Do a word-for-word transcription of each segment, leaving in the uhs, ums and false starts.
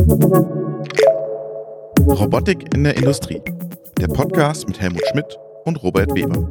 Robotik in der Industrie. Der Podcast mit Helmut Schmidt und Robert Weber.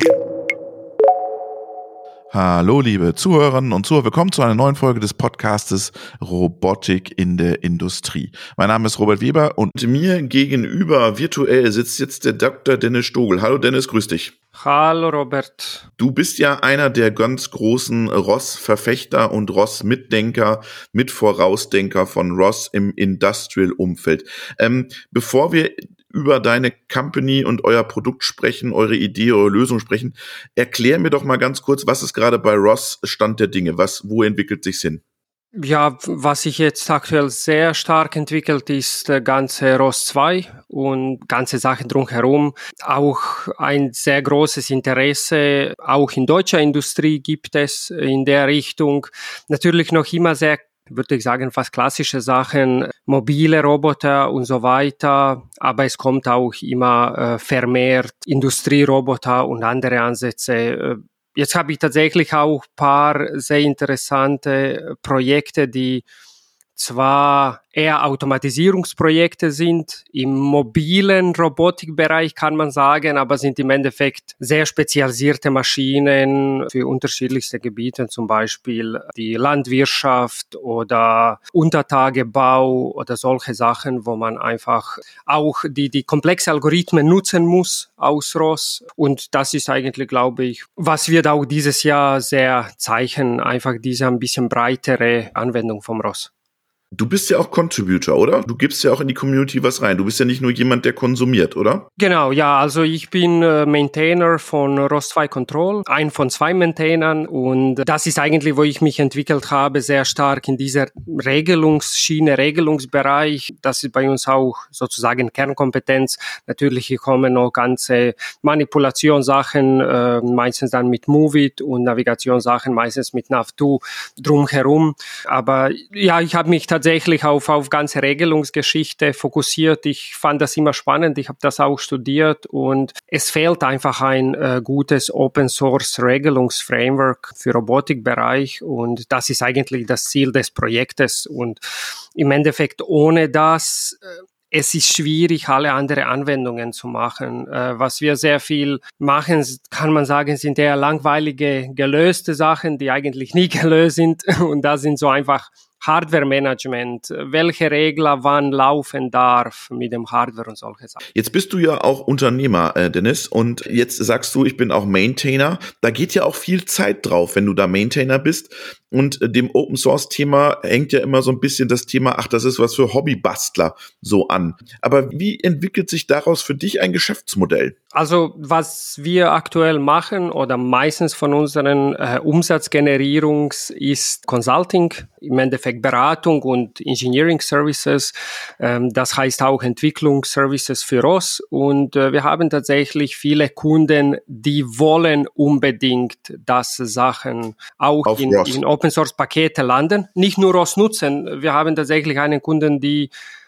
Hallo liebe Zuhörerinnen und Zuhörer, willkommen zu einer neuen Folge des Podcastes Robotik in der Industrie. Mein Name ist Robert Weber und mir gegenüber virtuell sitzt jetzt der Doktor Dennis Stogel. Hallo Dennis, grüß dich. Hallo Robert. Du bist ja einer der ganz großen R O S-Verfechter und R O S-Mitdenker, Mitvorausdenker von R O S im Industrial-Umfeld. Ähm, bevor wir über deine Company und euer Produkt sprechen, eure Idee, eure Lösung sprechen, erklär mir doch mal ganz kurz, was ist gerade bei R O S Stand der Dinge? Was, wo entwickelt sich's hin? Ja, was sich jetzt aktuell sehr stark entwickelt, ist der ganze R O S zwei und ganze Sachen drumherum. Auch ein sehr großes Interesse, auch in deutscher Industrie gibt es in der Richtung. Natürlich noch immer sehr, würde ich sagen, fast klassische Sachen, mobile Roboter und so weiter. Aber es kommt auch immer äh, vermehrt Industrieroboter und andere Ansätze. Äh, Jetzt habe ich tatsächlich auch ein paar sehr interessante Projekte, die zwar eher Automatisierungsprojekte sind, im mobilen Robotikbereich kann man sagen, aber sind im Endeffekt sehr spezialisierte Maschinen für unterschiedlichste Gebiete, zum Beispiel die Landwirtschaft oder Untertagebau oder solche Sachen, wo man einfach auch die, die komplexe Algorithmen nutzen muss aus R O S. Und das ist eigentlich, glaube ich, was wird auch dieses Jahr sehr zeichnen, einfach diese ein bisschen breitere Anwendung vom R O S. Du bist ja auch Contributor, oder? Du gibst ja auch in die Community was rein. Du bist ja nicht nur jemand, der konsumiert, oder? Genau, ja, also ich bin äh, Maintainer von R O S zwei Control, ein von zwei Maintainern, und das ist eigentlich, wo ich mich entwickelt habe, sehr stark in dieser Regelungsschiene, Regelungsbereich. Das ist bei uns auch sozusagen Kernkompetenz. Natürlich kommen noch ganze Manipulationssachen, äh, meistens dann mit Movit, und Navigationssachen meistens mit Nav zwei drumherum. Aber ja, ich habe mich tatsächlich auf, auf ganze Regelungsgeschichte fokussiert. Ich fand das immer spannend. Ich habe das auch studiert, und es fehlt einfach ein äh, gutes Open-Source-Regelungsframework für Robotikbereich, und das ist eigentlich das Ziel des Projektes. Und im Endeffekt ohne das äh, es ist schwierig, alle andere Anwendungen zu machen. Äh, was wir sehr viel machen, kann man sagen, sind eher langweilige, gelöste Sachen, die eigentlich nie gelöst sind. Und da sind so einfach Hardware-Management, welche Regler wann laufen darf mit dem Hardware und solche Sachen. Jetzt bist du ja auch Unternehmer, äh, Dennis, und jetzt sagst du, ich bin auch Maintainer. Da geht ja auch viel Zeit drauf, wenn du da Maintainer bist. Und äh, dem Open-Source-Thema hängt ja immer so ein bisschen das Thema, ach, das ist was für Hobbybastler so an. Aber wie entwickelt sich daraus für dich ein Geschäftsmodell? Also was wir aktuell machen oder meistens von unseren äh, Umsatzgenerierungs ist Consulting, im Endeffekt Beratung und Engineering Services. Ähm, das heißt auch Entwicklungsservices für R O S, und äh, wir haben tatsächlich viele Kunden, die wollen unbedingt, dass Sachen auch in, in Open Source Pakete landen. Nicht nur R O S nutzen. Wir haben tatsächlich einen Kunden, die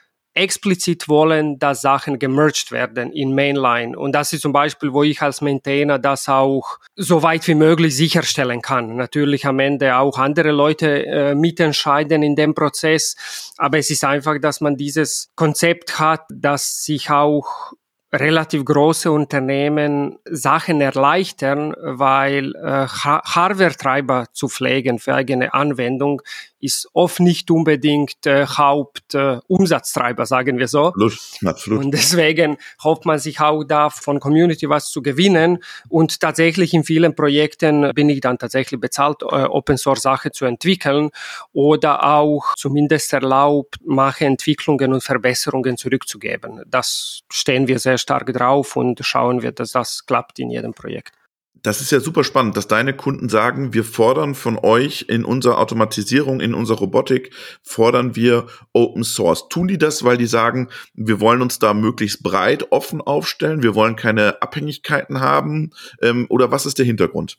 explizit wollen, dass Sachen gemerged werden in Mainline. Und das ist zum Beispiel, wo ich als Maintainer das auch so weit wie möglich sicherstellen kann. Natürlich am Ende auch andere Leute äh, mitentscheiden in dem Prozess. Aber es ist einfach, dass man dieses Konzept hat, dass sich auch relativ große Unternehmen Sachen erleichtern, weil äh, Hardware-Treiber zu pflegen für eigene Anwendung ist oft nicht unbedingt äh, Hauptumsatztreiber, äh, sagen wir so. Absolut, absolut. Und deswegen hofft man sich auch da von Community was zu gewinnen. Und tatsächlich in vielen Projekten bin ich dann tatsächlich bezahlt, äh, Open-Source-Sache zu entwickeln oder auch zumindest erlaubt, mache Entwicklungen und Verbesserungen zurückzugeben. Das stehen wir sehr stark drauf und schauen wir, dass das klappt in jedem Projekt. Das ist ja super spannend, dass deine Kunden sagen, wir fordern von euch in unserer Automatisierung, in unserer Robotik, fordern wir Open Source. Tun die das, weil die sagen, wir wollen uns da möglichst breit offen aufstellen, wir wollen keine Abhängigkeiten haben, ähm, oder was ist der Hintergrund?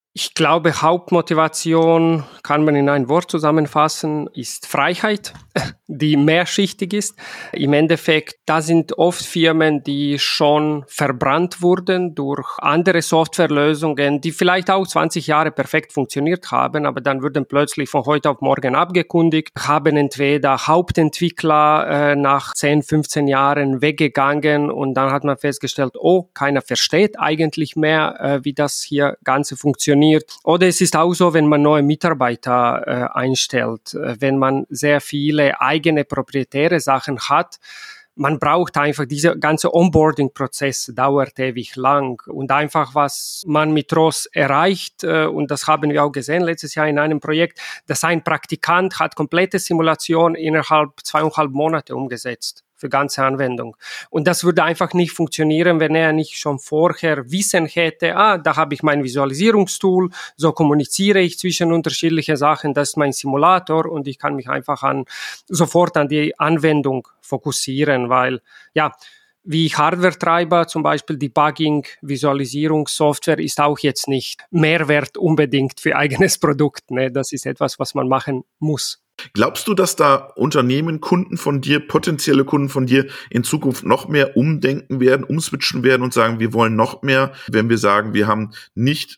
Ich glaube, Hauptmotivation kann man in ein Wort zusammenfassen, ist Freiheit, die mehrschichtig ist. Im Endeffekt, da sind oft Firmen, die schon verbrannt wurden durch andere Softwarelösungen, die vielleicht auch zwanzig Jahre perfekt funktioniert haben, aber dann wurden plötzlich von heute auf morgen abgekundigt, haben entweder Hauptentwickler äh, nach zehn, fünfzehn Jahren weggegangen und dann hat man festgestellt, oh, keiner versteht eigentlich mehr, äh, wie das hier Ganze funktioniert. Oder es ist auch so, wenn man neue Mitarbeiter äh, einstellt, äh, wenn man sehr viele eigene proprietäre Sachen hat, man braucht einfach, dieser ganze Onboarding-Prozess dauert ewig lang und einfach, was man mit R O S erreicht, äh, und das haben wir auch gesehen letztes Jahr in einem Projekt, dass ein Praktikant hat komplette Simulation innerhalb zweieinhalb Monate umgesetzt für ganze Anwendung. Und das würde einfach nicht funktionieren, wenn er nicht schon vorher Wissen hätte, ah, da habe ich mein Visualisierungstool, so kommuniziere ich zwischen unterschiedlichen Sachen, das ist mein Simulator und ich kann mich einfach an, sofort an die Anwendung fokussieren, weil, ja, wie Hardware-Treiber, zum Beispiel Debugging, Visualisierungssoftware ist auch jetzt nicht Mehrwert unbedingt für eigenes Produkt, ne? Das ist etwas, was man machen muss. Glaubst du, dass da Unternehmen, Kunden von dir, potenzielle Kunden von dir in Zukunft noch mehr umdenken werden, umswitchen werden und sagen, wir wollen noch mehr, wenn wir sagen, wir haben nicht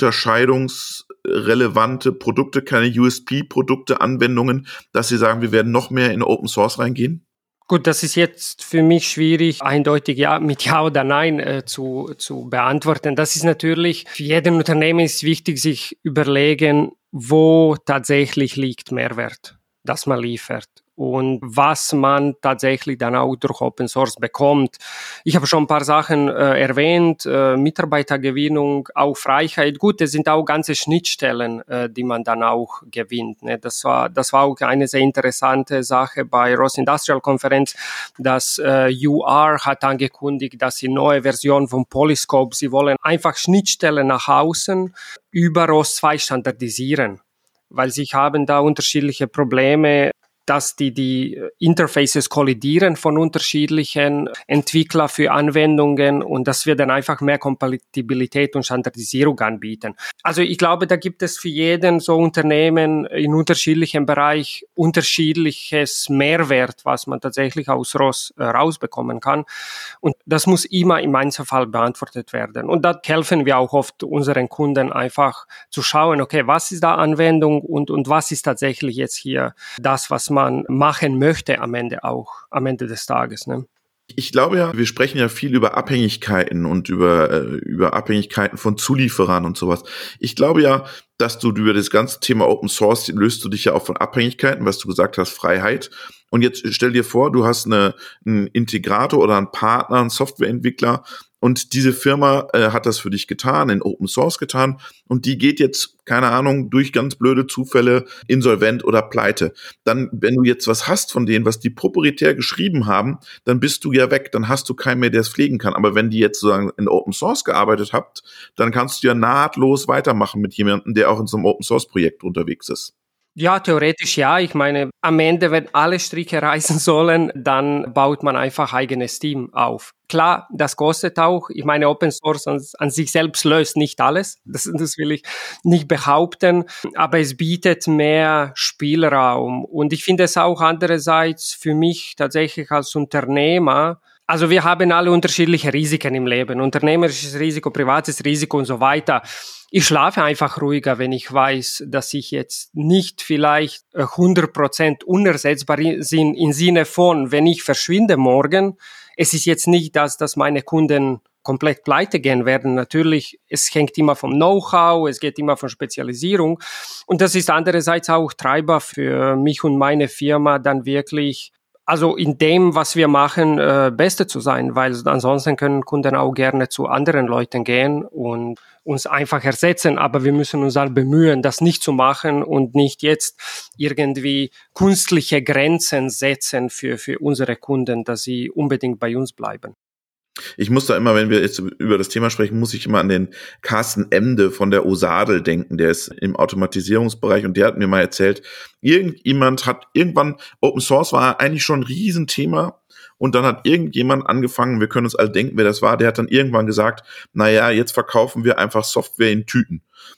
unterscheidungsrelevante Produkte, keine U S P-Produkte, Anwendungen, dass sie sagen, wir werden noch mehr in Open Source reingehen? Gut, das ist jetzt für mich schwierig, eindeutig ja mit Ja oder Nein äh, zu, zu beantworten. Das ist natürlich, für jeden Unternehmen ist wichtig, sich überlegen, wo tatsächlich liegt Mehrwert, das man liefert und was man tatsächlich dann auch durch Open Source bekommt. Ich habe schon ein paar Sachen äh, erwähnt, äh, Mitarbeitergewinnung, auch Freiheit. Gut, es sind auch ganze Schnittstellen, äh, die man dann auch gewinnt. Ne? Das war, das war auch eine sehr interessante Sache bei R O S Industrial Konferenz, dass äh, U R hat angekündigt, dass sie neue Version von Polyscope, sie wollen einfach Schnittstellen nach außen über R O S zwei standardisieren, weil sie haben da unterschiedliche Probleme, dass die, die Interfaces kollidieren von unterschiedlichen Entwicklern für Anwendungen und dass wir dann einfach mehr Kompatibilität und Standardisierung anbieten. Also ich glaube, da gibt es für jeden so Unternehmen in unterschiedlichen Bereich unterschiedliches Mehrwert, was man tatsächlich aus R O S äh, rausbekommen kann. Und das muss immer im Einzelfall beantwortet werden. Und da helfen wir auch oft unseren Kunden einfach zu schauen, okay, was ist da Anwendung und, und was ist tatsächlich jetzt hier das, was man man machen möchte am Ende auch, am Ende des Tages. Ne? Ich glaube ja, wir sprechen ja viel über Abhängigkeiten und über, äh, über Abhängigkeiten von Zulieferern und sowas. Ich glaube ja, dass du über das ganze Thema Open Source löst du dich ja auch von Abhängigkeiten, was du gesagt hast, Freiheit. Und jetzt stell dir vor, du hast eine, einen Integrator oder einen Partner, einen Softwareentwickler und diese Firma äh, hat das für dich getan, in Open Source getan und die geht jetzt, keine Ahnung, durch ganz blöde Zufälle insolvent oder pleite. Dann, wenn du jetzt was hast von denen, was die proprietär geschrieben haben, dann bist du ja weg, dann hast du keinen mehr, der es pflegen kann. Aber wenn die jetzt sozusagen in Open Source gearbeitet habt, dann kannst du ja nahtlos weitermachen mit jemandem, der auch in so einem Open Source Projekt unterwegs ist. Ja, theoretisch ja. Ich meine, am Ende, wenn alle Stricke reißen sollen, dann baut man einfach eigenes Team auf. Klar, das kostet auch. Ich meine, Open Source an, an sich selbst löst nicht alles. Das, das will ich nicht behaupten. Aber es bietet mehr Spielraum. Und ich finde es auch andererseits für mich tatsächlich als Unternehmer, also wir haben alle unterschiedliche Risiken im Leben. Unternehmerisches Risiko, privates Risiko und so weiter. Ich schlafe einfach ruhiger, wenn ich weiß, dass ich jetzt nicht vielleicht hundert Prozent unersetzbar bin im Sinne von, wenn ich verschwinde morgen. Es ist jetzt nicht, dass, dass meine Kunden komplett pleite gehen werden. Natürlich, es hängt immer vom Know-how, es geht immer von Spezialisierung. Und das ist andererseits auch Treiber für mich und meine Firma, dann wirklich also in dem, was wir machen, äh, Beste zu sein, weil ansonsten können Kunden auch gerne zu anderen Leuten gehen und uns einfach ersetzen, aber wir müssen uns halt bemühen, das nicht zu machen und nicht jetzt irgendwie künstliche Grenzen setzen für, für unsere Kunden, dass sie unbedingt bei uns bleiben. Ich muss da immer, wenn wir jetzt über das Thema sprechen, muss ich immer an den Carsten Emde von der Osadel denken. Der ist im Automatisierungsbereich und der hat mir mal erzählt, irgendjemand hat irgendwann, Open Source war eigentlich schon ein Riesenthema und dann hat irgendjemand angefangen, wir können uns alle denken, wer das war, der hat dann irgendwann gesagt, naja, jetzt verkaufen wir einfach Software in Tüten.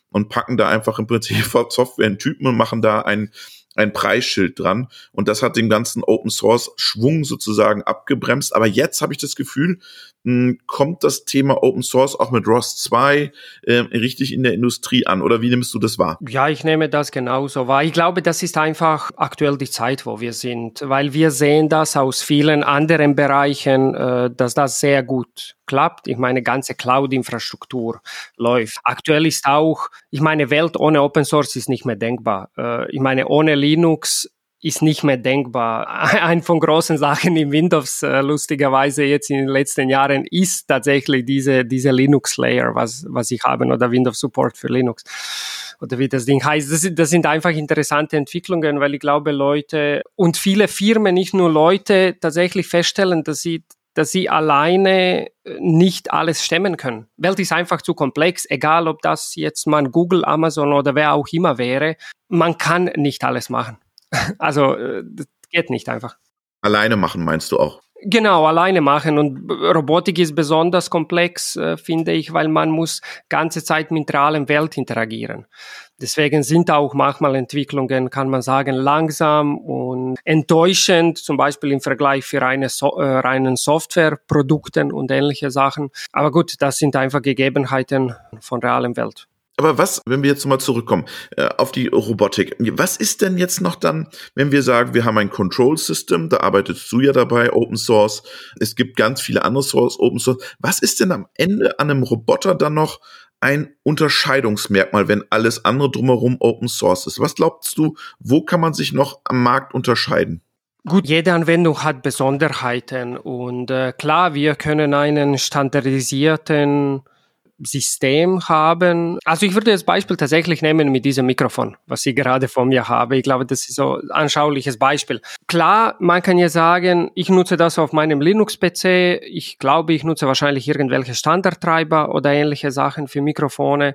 und packen da einfach im Prinzip Software in Typen und machen da ein ein Preisschild dran. Und das hat den ganzen Open-Source-Schwung sozusagen abgebremst. Aber jetzt habe ich das Gefühl, mh, kommt das Thema Open-Source auch mit R O S zwei äh, richtig in der Industrie an. Oder wie nimmst du das wahr? Ja, ich nehme das genauso wahr. Ich glaube, das ist einfach aktuell die Zeit, wo wir sind. Weil wir sehen das aus vielen anderen Bereichen, äh, dass das sehr gut klappt. Ich meine, ganze Cloud-Infrastruktur läuft. Aktuell ist auch, ich meine, Welt ohne Open Source ist nicht mehr denkbar. Äh, ich meine, ohne Linux ist nicht mehr denkbar. Ein von großen Sachen in Windows, äh, lustigerweise jetzt in den letzten Jahren, ist tatsächlich diese, diese Linux-Layer, was, was ich habe, oder Windows Support für Linux. Oder wie das Ding heißt. Das, das sind einfach interessante Entwicklungen, weil ich glaube, Leute und viele Firmen, nicht nur Leute, tatsächlich feststellen, dass sie dass sie alleine nicht alles stemmen können. Welt ist einfach zu komplex, egal ob das jetzt man Google, Amazon oder wer auch immer wäre. Man kann nicht alles machen. Also, das geht nicht einfach. Alleine machen, meinst du auch? Genau, alleine machen. Und Robotik ist besonders komplex, äh, finde ich, weil man muss ganze Zeit mit der realen Welt interagieren. Deswegen sind auch manchmal Entwicklungen, kann man sagen, langsam und enttäuschend, zum Beispiel im Vergleich für reine so- äh, reinen Softwareprodukten und ähnliche Sachen. Aber gut, das sind einfach Gegebenheiten von der realen Welt. Aber was, wenn wir jetzt mal zurückkommen äh, auf die Robotik, was ist denn jetzt noch dann, wenn wir sagen, wir haben ein Control System, da arbeitest du ja dabei, Open Source, es gibt ganz viele andere Source, Open Source. Was ist denn am Ende an einem Roboter dann noch ein Unterscheidungsmerkmal, wenn alles andere drumherum Open Source ist? Was glaubst du, wo kann man sich noch am Markt unterscheiden? Gut, jede Anwendung hat Besonderheiten und äh, klar, wir können einen standardisierten System haben. Also ich würde das Beispiel tatsächlich nehmen mit diesem Mikrofon, was ich gerade vor mir habe. Ich glaube, das ist so ein anschauliches Beispiel. Klar, man kann ja sagen, ich nutze das auf meinem Linux-P C. Ich glaube, ich nutze wahrscheinlich irgendwelche Standardtreiber oder ähnliche Sachen für Mikrofone.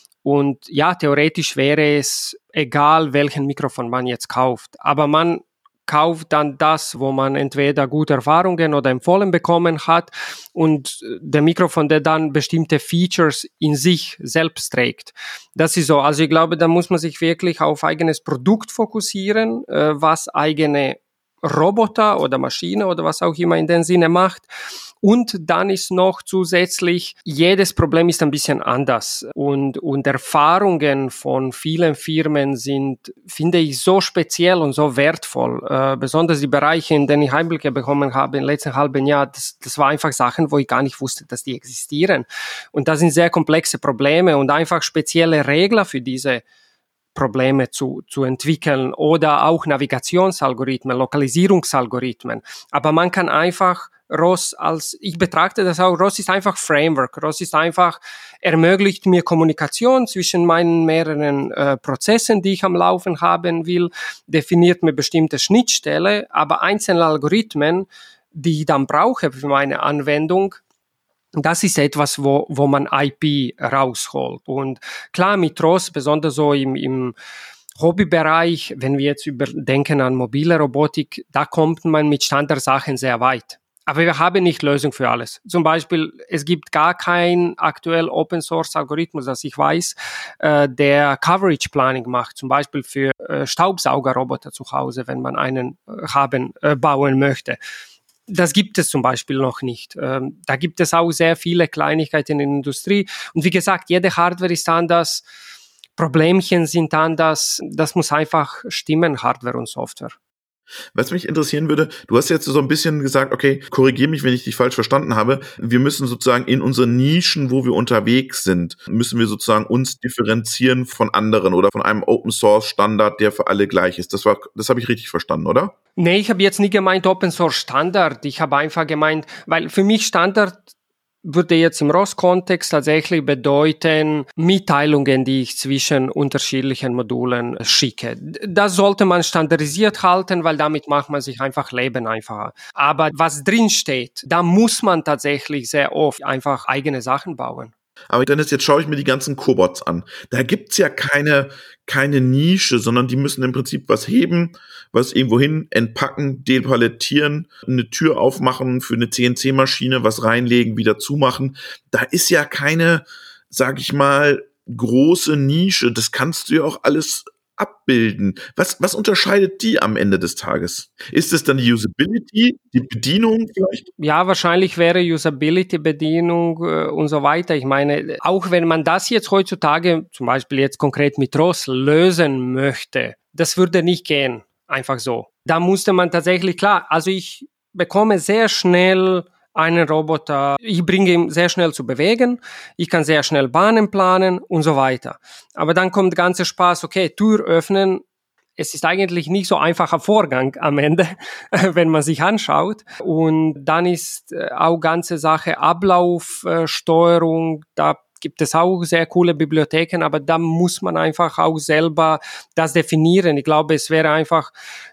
Und ja, theoretisch wäre es egal, welchen Mikrofon man jetzt kauft. Aber man kauft dann das, wo man entweder gute Erfahrungen oder empfohlen bekommen hat und der Mikrofon, der dann bestimmte Features in sich selbst trägt. Das ist so. Also ich glaube, da muss man sich wirklich auf eigenes Produkt fokussieren, äh, was eigene Roboter oder Maschine oder was auch immer in dem Sinne macht. Und dann ist noch zusätzlich, jedes Problem ist ein bisschen anders. Und, und Erfahrungen von vielen Firmen sind, finde ich, so speziell und so wertvoll. Äh, besonders die Bereiche, in denen ich Einblicke bekommen habe im letzten halben Jahr, das, das war einfach Sachen, wo ich gar nicht wusste, dass die existieren. Und das sind sehr komplexe Probleme und einfach spezielle Regler für diese Probleme zu, zu entwickeln oder auch Navigationsalgorithmen, Lokalisierungsalgorithmen. Aber man kann einfach R O S als, ich betrachte das auch, R O S ist einfach Framework. R O S ist einfach, ermöglicht mir Kommunikation zwischen meinen mehreren äh, Prozessen, die ich am Laufen haben will, definiert mir bestimmte Schnittstelle, aber einzelne Algorithmen, die ich dann brauche für meine Anwendung, das ist etwas, wo, wo man I P rausholt. Und klar, mit R O S, besonders so im, im Hobbybereich, wenn wir jetzt überdenken an mobile Robotik, da kommt man mit Standardsachen sehr weit. Aber wir haben nicht Lösung für alles. Zum Beispiel, es gibt gar kein aktuell Open-Source-Algorithmus, das ich weiß, äh, der Coverage Planning macht, zum Beispiel für äh, Staubsaugerroboter zu Hause, wenn man einen äh, haben, äh, bauen möchte. Das gibt es zum Beispiel noch nicht. Ähm, da gibt es auch sehr viele Kleinigkeiten in der Industrie. Und wie gesagt, jede Hardware ist anders, Problemchen sind anders. Das muss einfach stimmen, Hardware und Software. Was mich interessieren würde, du hast jetzt so ein bisschen gesagt, okay, korrigier mich, wenn ich dich falsch verstanden habe. Wir müssen sozusagen in unseren Nischen, wo wir unterwegs sind, müssen wir sozusagen uns differenzieren von anderen oder von einem Open-Source-Standard, der für alle gleich ist. Das war, das habe ich richtig verstanden, oder? Nee, ich habe jetzt nie gemeint Open-Source-Standard. Ich habe einfach gemeint, weil für mich Standard würde jetzt im R O S-Kontext tatsächlich bedeuten, Mitteilungen, die ich zwischen unterschiedlichen Modulen schicke. Das sollte man standardisiert halten, weil damit macht man sich einfach Leben einfacher. Aber was drin steht, da muss man tatsächlich sehr oft einfach eigene Sachen bauen. Aber Dennis, jetzt schaue ich mir die ganzen Cobots an. Da gibt's ja keine, keine Nische, sondern die müssen im Prinzip was heben, was irgendwo hin entpacken, depalettieren, eine Tür aufmachen für eine C N C-Maschine, was reinlegen, wieder zumachen. Da ist ja keine, sag ich mal, große Nische, das kannst du ja auch alles abbilden. Was, was unterscheidet die am Ende des Tages? Ist es dann die Usability, die Bedienung vielleicht? Ja, wahrscheinlich wäre Usability, Bedienung äh, und so weiter. Ich meine, auch wenn man das jetzt heutzutage, zum Beispiel jetzt konkret mit R O S, lösen möchte, das würde nicht gehen, einfach so. Da musste man tatsächlich, klar, also ich bekomme sehr schnell einen Roboter, ich bringe ihn sehr schnell zu bewegen, ich kann sehr schnell Bahnen planen und so weiter. Aber dann kommt der ganze Spaß, okay, Tür öffnen, es ist eigentlich nicht so einfacher Vorgang am Ende, wenn man sich anschaut. Und dann ist auch ganze Sache Ablaufsteuerung, da gibt es auch sehr coole Bibliotheken, aber da muss man einfach auch selber das definieren. Ich glaube, es wäre einfach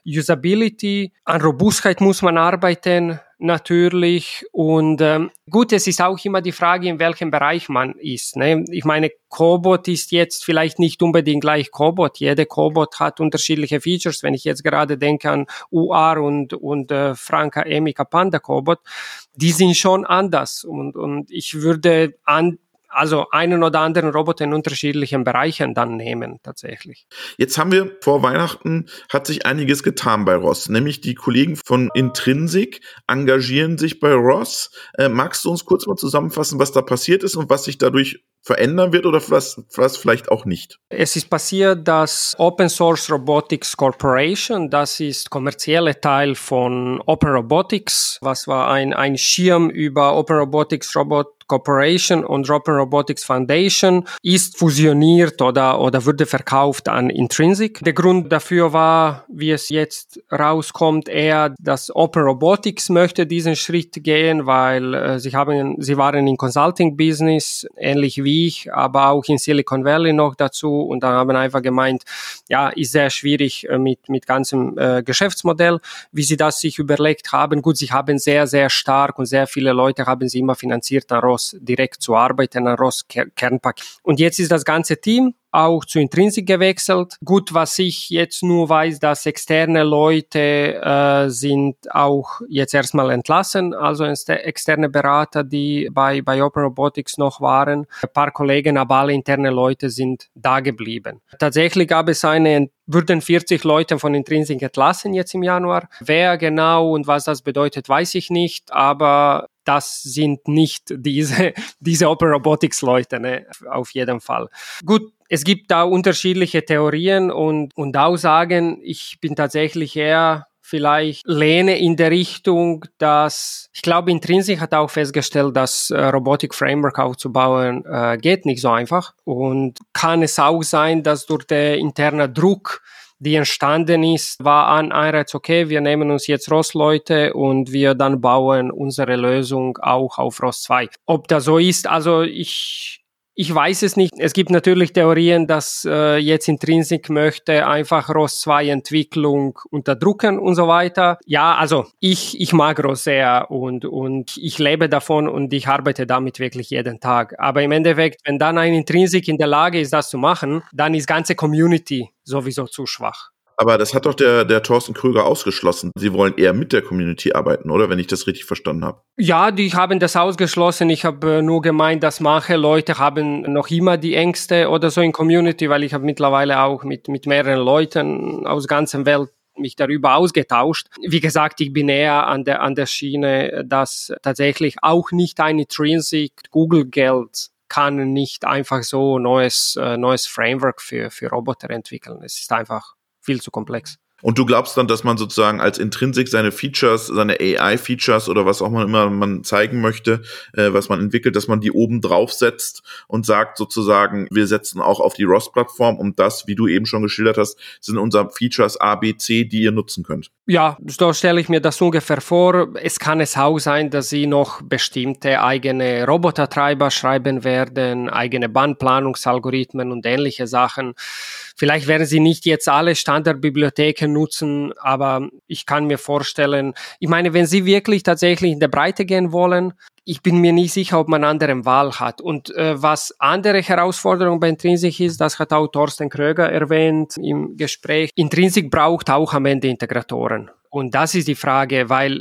Usability, an Robustheit muss man arbeiten, natürlich. Und ähm, gut, es ist auch immer die Frage, in welchem Bereich man ist. Ne? Ich meine, Cobot ist jetzt vielleicht nicht unbedingt gleich Cobot. Jede Cobot hat unterschiedliche Features. Wenn ich jetzt gerade denke an U R und, und äh, Franka Emica Panda Cobot, die sind schon anders. Und, und ich würde an Also einen oder anderen Roboter in unterschiedlichen Bereichen dann nehmen, tatsächlich. Jetzt haben wir vor Weihnachten, hat sich einiges getan bei R O S, nämlich die Kollegen von Intrinsic engagieren sich bei R O S. Äh, magst du uns kurz mal zusammenfassen, was da passiert ist und was sich dadurch verändern wird oder was, was vielleicht auch nicht? Es ist passiert, dass Open Source Robotics Corporation, das ist kommerzielle Teil von Open Robotics, was war ein, ein Schirm über Open Robotics Robot Corporation und Open Robotics Foundation, ist fusioniert oder, oder wurde verkauft an Intrinsic. Der Grund dafür war, wie es jetzt rauskommt, eher, dass Open Robotics möchte diesen Schritt gehen, weil äh, sie haben, sie waren im Consulting-Business, ähnlich wie ich, aber auch in Silicon Valley noch dazu und dann haben einfach gemeint, ja, ist sehr schwierig äh, mit, mit ganzem äh, Geschäftsmodell, wie sie das sich überlegt haben. Gut, sie haben sehr, sehr stark und sehr viele Leute haben sie immer finanziert, an R O S direkt zu arbeiten, an R O S Kernpaket. Und jetzt ist das ganze Team auch zu Intrinsic gewechselt. Gut, was ich jetzt nur weiß, dass externe Leute äh, sind auch jetzt erstmal entlassen, also externe Berater, die bei, bei Open Robotics noch waren. Ein paar Kollegen, aber alle interne Leute sind da geblieben. Tatsächlich gab es eine, wurden vierzig Leute von Intrinsic entlassen jetzt im Januar. Wer genau und was das bedeutet, weiß ich nicht, aber das sind nicht diese, diese Open Robotics Leute, ne, auf jeden Fall. Gut, es gibt da unterschiedliche Theorien und, und Aussagen. Ich bin tatsächlich eher vielleicht lehne in der Richtung, dass, ich glaube, Intrinsic hat auch festgestellt, dass äh, Robotic Framework aufzubauen äh, geht nicht so einfach. Und kann es auch sein, dass durch den internen Druck, die entstanden ist, war ein Anreiz, okay, wir nehmen uns jetzt R O S-Leute und wir dann bauen unsere Lösung auch auf R O S zwei. Ob das so ist, also ich Ich weiß es nicht. Es gibt natürlich Theorien, dass äh, jetzt Intrinsic möchte einfach R O S zwei Entwicklung unterdrücken und so weiter. Ja, also ich ich mag R O S sehr und und ich lebe davon und ich arbeite damit wirklich jeden Tag. Aber im Endeffekt, wenn dann ein Intrinsic in der Lage ist, das zu machen, dann ist ganze Community sowieso zu schwach. Aber das hat doch der, der Thorsten Kröger ausgeschlossen. Sie wollen eher mit der Community arbeiten, oder? Wenn ich das richtig verstanden habe. Ja, die haben das ausgeschlossen. Ich habe nur gemeint, dass manche Leute haben noch immer die Ängste oder so in Community, weil ich habe mittlerweile auch mit, mit mehreren Leuten aus der ganzen Welt mich darüber ausgetauscht. Wie gesagt, ich bin eher an der, an der Schiene, dass tatsächlich auch nicht ein Intrinsic Google-Geld kann nicht einfach so neues, äh, neues Framework für, für Roboter entwickeln. Es ist einfach viel zu komplex. Und du glaubst dann, dass man sozusagen als Intrinsic seine Features, seine A I-Features oder was auch man immer man zeigen möchte, äh, was man entwickelt, dass man die oben drauf setzt und sagt sozusagen, wir setzen auch auf die R O S-Plattform und das, wie du eben schon geschildert hast, sind unsere Features A, B, C, die ihr nutzen könnt. Ja, so stelle ich mir das ungefähr vor. Es kann es auch sein, dass sie noch bestimmte eigene Robotertreiber schreiben werden, eigene Bahnplanungsalgorithmen und ähnliche Sachen. Vielleicht werden sie nicht jetzt alle Standardbibliotheken nutzen, aber ich kann mir vorstellen, ich meine, wenn sie wirklich tatsächlich in der Breite gehen wollen, ich bin mir nicht sicher, ob man eine andere Wahl hat. Und äh, was andere Herausforderung bei Intrinsic ist, das hat auch Thorsten Kröger erwähnt im Gespräch. Intrinsic braucht auch am Ende Integratoren. Und das ist die Frage, weil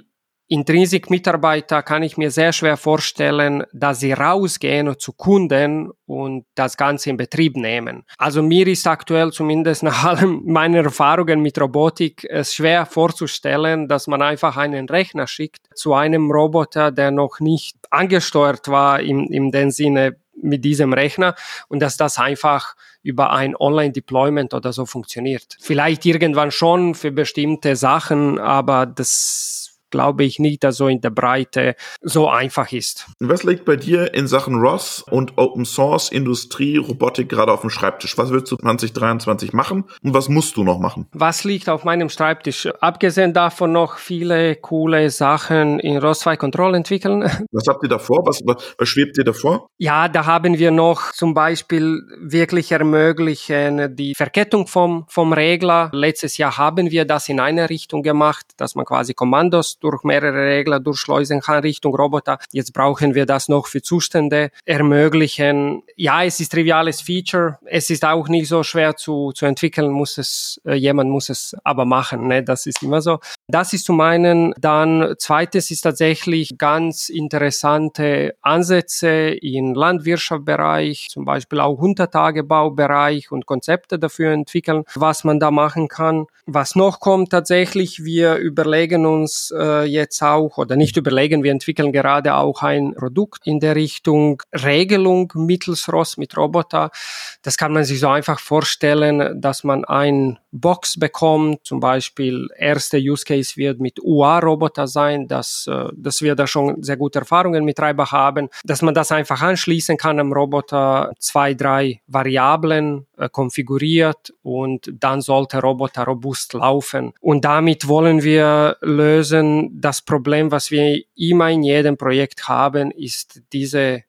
Intrinsic-Mitarbeiter kann ich mir sehr schwer vorstellen, dass sie rausgehen zu Kunden und das Ganze in Betrieb nehmen. Also mir ist aktuell zumindest nach allen meinen Erfahrungen mit Robotik es schwer vorzustellen, dass man einfach einen Rechner schickt zu einem Roboter, der noch nicht angesteuert war in, in dem Sinne mit diesem Rechner und dass das einfach über ein Online-Deployment oder so funktioniert. Vielleicht irgendwann schon für bestimmte Sachen, aber das glaube ich nicht, dass so in der Breite so einfach ist. Was liegt bei dir in Sachen R O S und Open Source, Industrie, Robotik gerade auf dem Schreibtisch? Was willst du zwanzig dreiundzwanzig machen und was musst du noch machen? Was liegt auf meinem Schreibtisch? Abgesehen davon noch viele coole Sachen in R O S zwei Control entwickeln. Was habt ihr davor? Was, was, was schwebt dir davor? Ja, da haben wir noch zum Beispiel wirklich ermöglichen die Verkettung vom, vom Regler. Letztes Jahr haben wir das in eine Richtung gemacht, dass man quasi Kommandos durch mehrere Regler durchschleusen kann Richtung Roboter. Jetzt brauchen wir das noch für Zustände ermöglichen. Ja, es ist triviales Feature. Es ist auch nicht so schwer zu, zu entwickeln, muss es, äh, jemand muss es aber machen, ne? Das ist immer so. Das ist zum einen. Dann zweites ist tatsächlich ganz interessante Ansätze im Landwirtschaftsbereich, zum Beispiel auch Untertagebaubereich und Konzepte dafür entwickeln, was man da machen kann. Was noch kommt tatsächlich, wir überlegen uns äh, jetzt auch, oder nicht überlegen, wir entwickeln gerade auch ein Produkt in der Richtung Regelung mittels R O S mit Roboter. Das kann man sich so einfach vorstellen, dass man ein Box bekommt, zum Beispiel erste Use Case wird mit U A-Roboter sein, dass, äh, dass wir da schon sehr gute Erfahrungen mit Treiber haben, dass man das einfach anschließen kann am Roboter, zwei, drei Variablen äh, konfiguriert und dann sollte der Roboter robust laufen. Und damit wollen wir lösen, das Problem, was wir immer in jedem Projekt haben, ist diese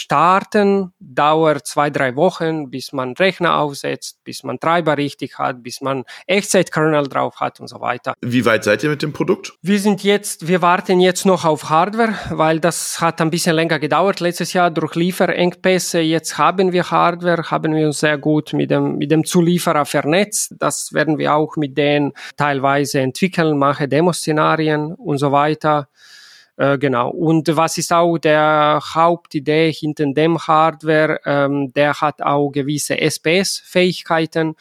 Starten dauert zwei, drei Wochen, bis man Rechner aufsetzt, bis man Treiber richtig hat, bis man Echtzeit-Kernel drauf hat und so weiter. Wie weit seid ihr mit dem Produkt? Wir sind jetzt, wir warten jetzt noch auf Hardware, weil das hat ein bisschen länger gedauert letztes Jahr durch Lieferengpässe. Jetzt haben wir Hardware, haben wir uns sehr gut mit dem, mit dem Zulieferer vernetzt. Das werden wir auch mit denen teilweise entwickeln, machen Demoszenarien und so weiter. Äh, genau. Und was ist auch der Hauptidee hinter dem Hardware? Ähm, der hat auch gewisse S P S-Fähigkeiten.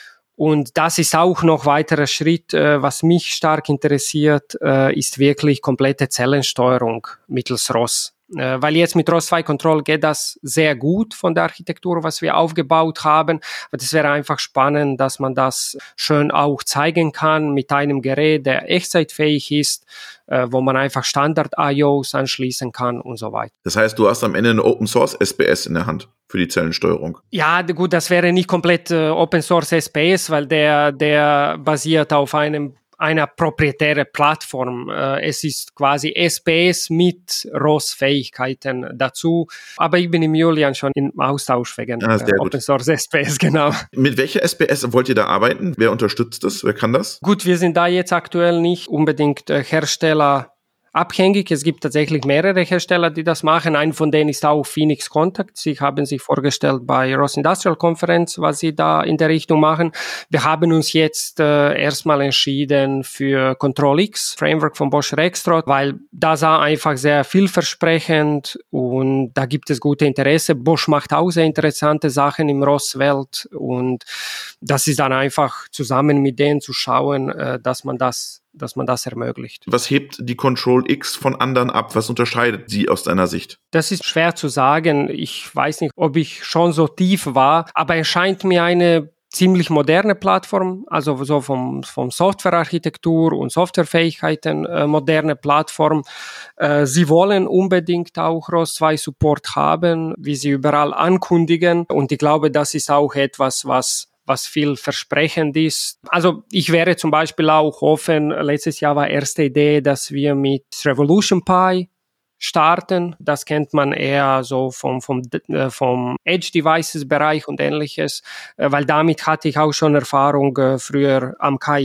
Und das ist auch noch weiterer Schritt, äh, was mich stark interessiert, äh, ist wirklich komplette Zellensteuerung mittels R O S. Äh, weil jetzt mit R O S zwei Control geht das sehr gut von der Architektur, was wir aufgebaut haben. Aber das wäre einfach spannend, dass man das schön auch zeigen kann mit einem Gerät, der echtzeitfähig ist, äh, wo man einfach Standard-I Os anschließen kann und so weiter. Das heißt, du hast am Ende eine Open-Source-S P S in der Hand für die Zellensteuerung. Ja, gut, das wäre nicht komplett äh, Open-Source-S P S, weil der, der basiert auf einem einer proprietäre Plattform. Es ist quasi S P S mit R O S-Fähigkeiten dazu. Aber ich bin im Julian schon im Austausch wegen ah, äh, Open Source S P S, genau. Mit welcher S P S wollt ihr da arbeiten? Wer unterstützt das? Wer kann das? Gut, wir sind da jetzt aktuell nicht unbedingt äh, Hersteller abhängig. Es gibt tatsächlich mehrere Hersteller, die das machen. Ein von denen ist auch Phoenix Contact. Sie haben sich vorgestellt bei R O S Industrial Conference, was sie da in der Richtung machen. Wir haben uns jetzt äh, erstmal entschieden für Control X, Framework von Bosch Rexroth, weil da sah einfach sehr vielversprechend und da gibt es gute Interesse. Bosch macht auch sehr interessante Sachen im R O S-Welt und das ist dann einfach zusammen mit denen zu schauen, äh, dass man das dass man das ermöglicht. Was hebt die Control X von anderen ab? Was unterscheidet sie aus deiner Sicht? Das ist schwer zu sagen. Ich weiß nicht, ob ich schon so tief war, aber es scheint mir eine ziemlich moderne Plattform, also so vom, vom Softwarearchitektur und Softwarefähigkeiten äh, moderne Plattform. Äh, sie wollen unbedingt auch R O S zwei Support haben, wie sie überall ankündigen. Und ich glaube, das ist auch etwas, was was vielversprechend ist. Also ich wäre zum Beispiel auch offen, letztes Jahr war erste Idee, dass wir mit Revolution Pi starten. Das kennt man eher so vom, vom, äh, vom Edge-Devices-Bereich und ähnliches, äh, weil damit hatte ich auch schon Erfahrung äh, früher am K I T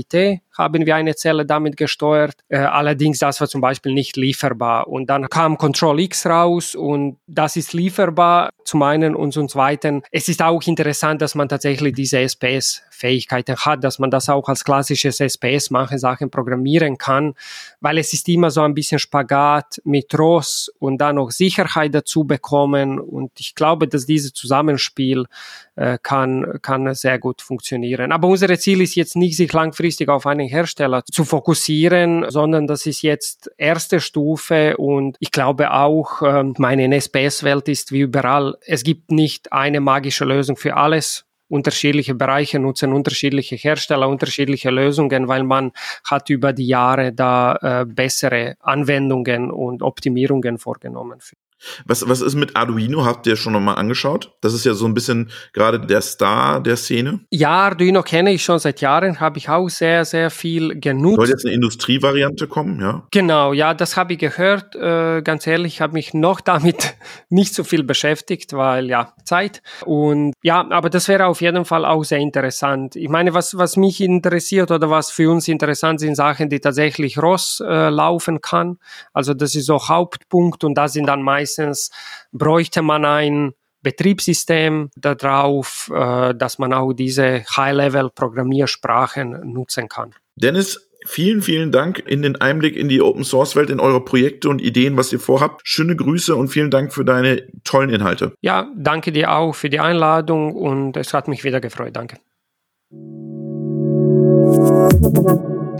haben wir eine Zelle damit gesteuert. Äh, allerdings, das war zum Beispiel nicht lieferbar. Und dann kam Control X raus und das ist lieferbar zum einen und zum zweiten. Es ist auch interessant, dass man tatsächlich diese S P S-Fähigkeiten hat, dass man das auch als klassisches S P S machen, Sachen programmieren kann, weil es ist immer so ein bisschen Spagat mit R O S und dann noch Sicherheit dazu bekommen. Und ich glaube, dass dieses Zusammenspiel äh, kann, kann sehr gut funktionieren. Aber unser Ziel ist jetzt nicht, sich langfristig auf einen Hersteller zu fokussieren, sondern das ist jetzt erste Stufe und ich glaube auch, äh, meine S P S-Welt ist wie überall, es gibt nicht eine magische Lösung für alles. Unterschiedliche Bereiche nutzen unterschiedliche Hersteller, unterschiedliche Lösungen, weil man hat über die Jahre da äh, bessere Anwendungen und Optimierungen vorgenommen. Was, was ist mit Arduino? Habt ihr schon nochmal angeschaut? Das ist ja so ein bisschen gerade der Star der Szene. Ja, Arduino kenne ich schon seit Jahren, habe ich auch sehr, sehr viel genutzt. Soll jetzt eine Industrievariante kommen, ja? Genau, ja, das habe ich gehört. Äh, ganz ehrlich, ich habe mich noch damit nicht so viel beschäftigt, weil ja, Zeit. Und ja, aber das wäre auf jeden Fall auch sehr interessant. Ich meine, was, was mich interessiert oder was für uns interessant sind, Sachen, die tatsächlich R O S äh, laufen kann. Also das ist so Hauptpunkt und da sind dann meistens bräuchte man ein Betriebssystem darauf, äh, dass man auch diese High-Level-Programmiersprachen nutzen kann. Dennis, vielen, vielen Dank in den Einblick in die Open-Source-Welt, in eure Projekte und Ideen, was ihr vorhabt. Schöne Grüße und vielen Dank für deine tollen Inhalte. Ja, danke dir auch für die Einladung und es hat mich wieder gefreut. Danke.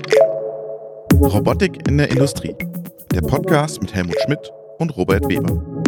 Robotik in der Industrie. Der Podcast mit Helmut Schmidt und Robert Weber.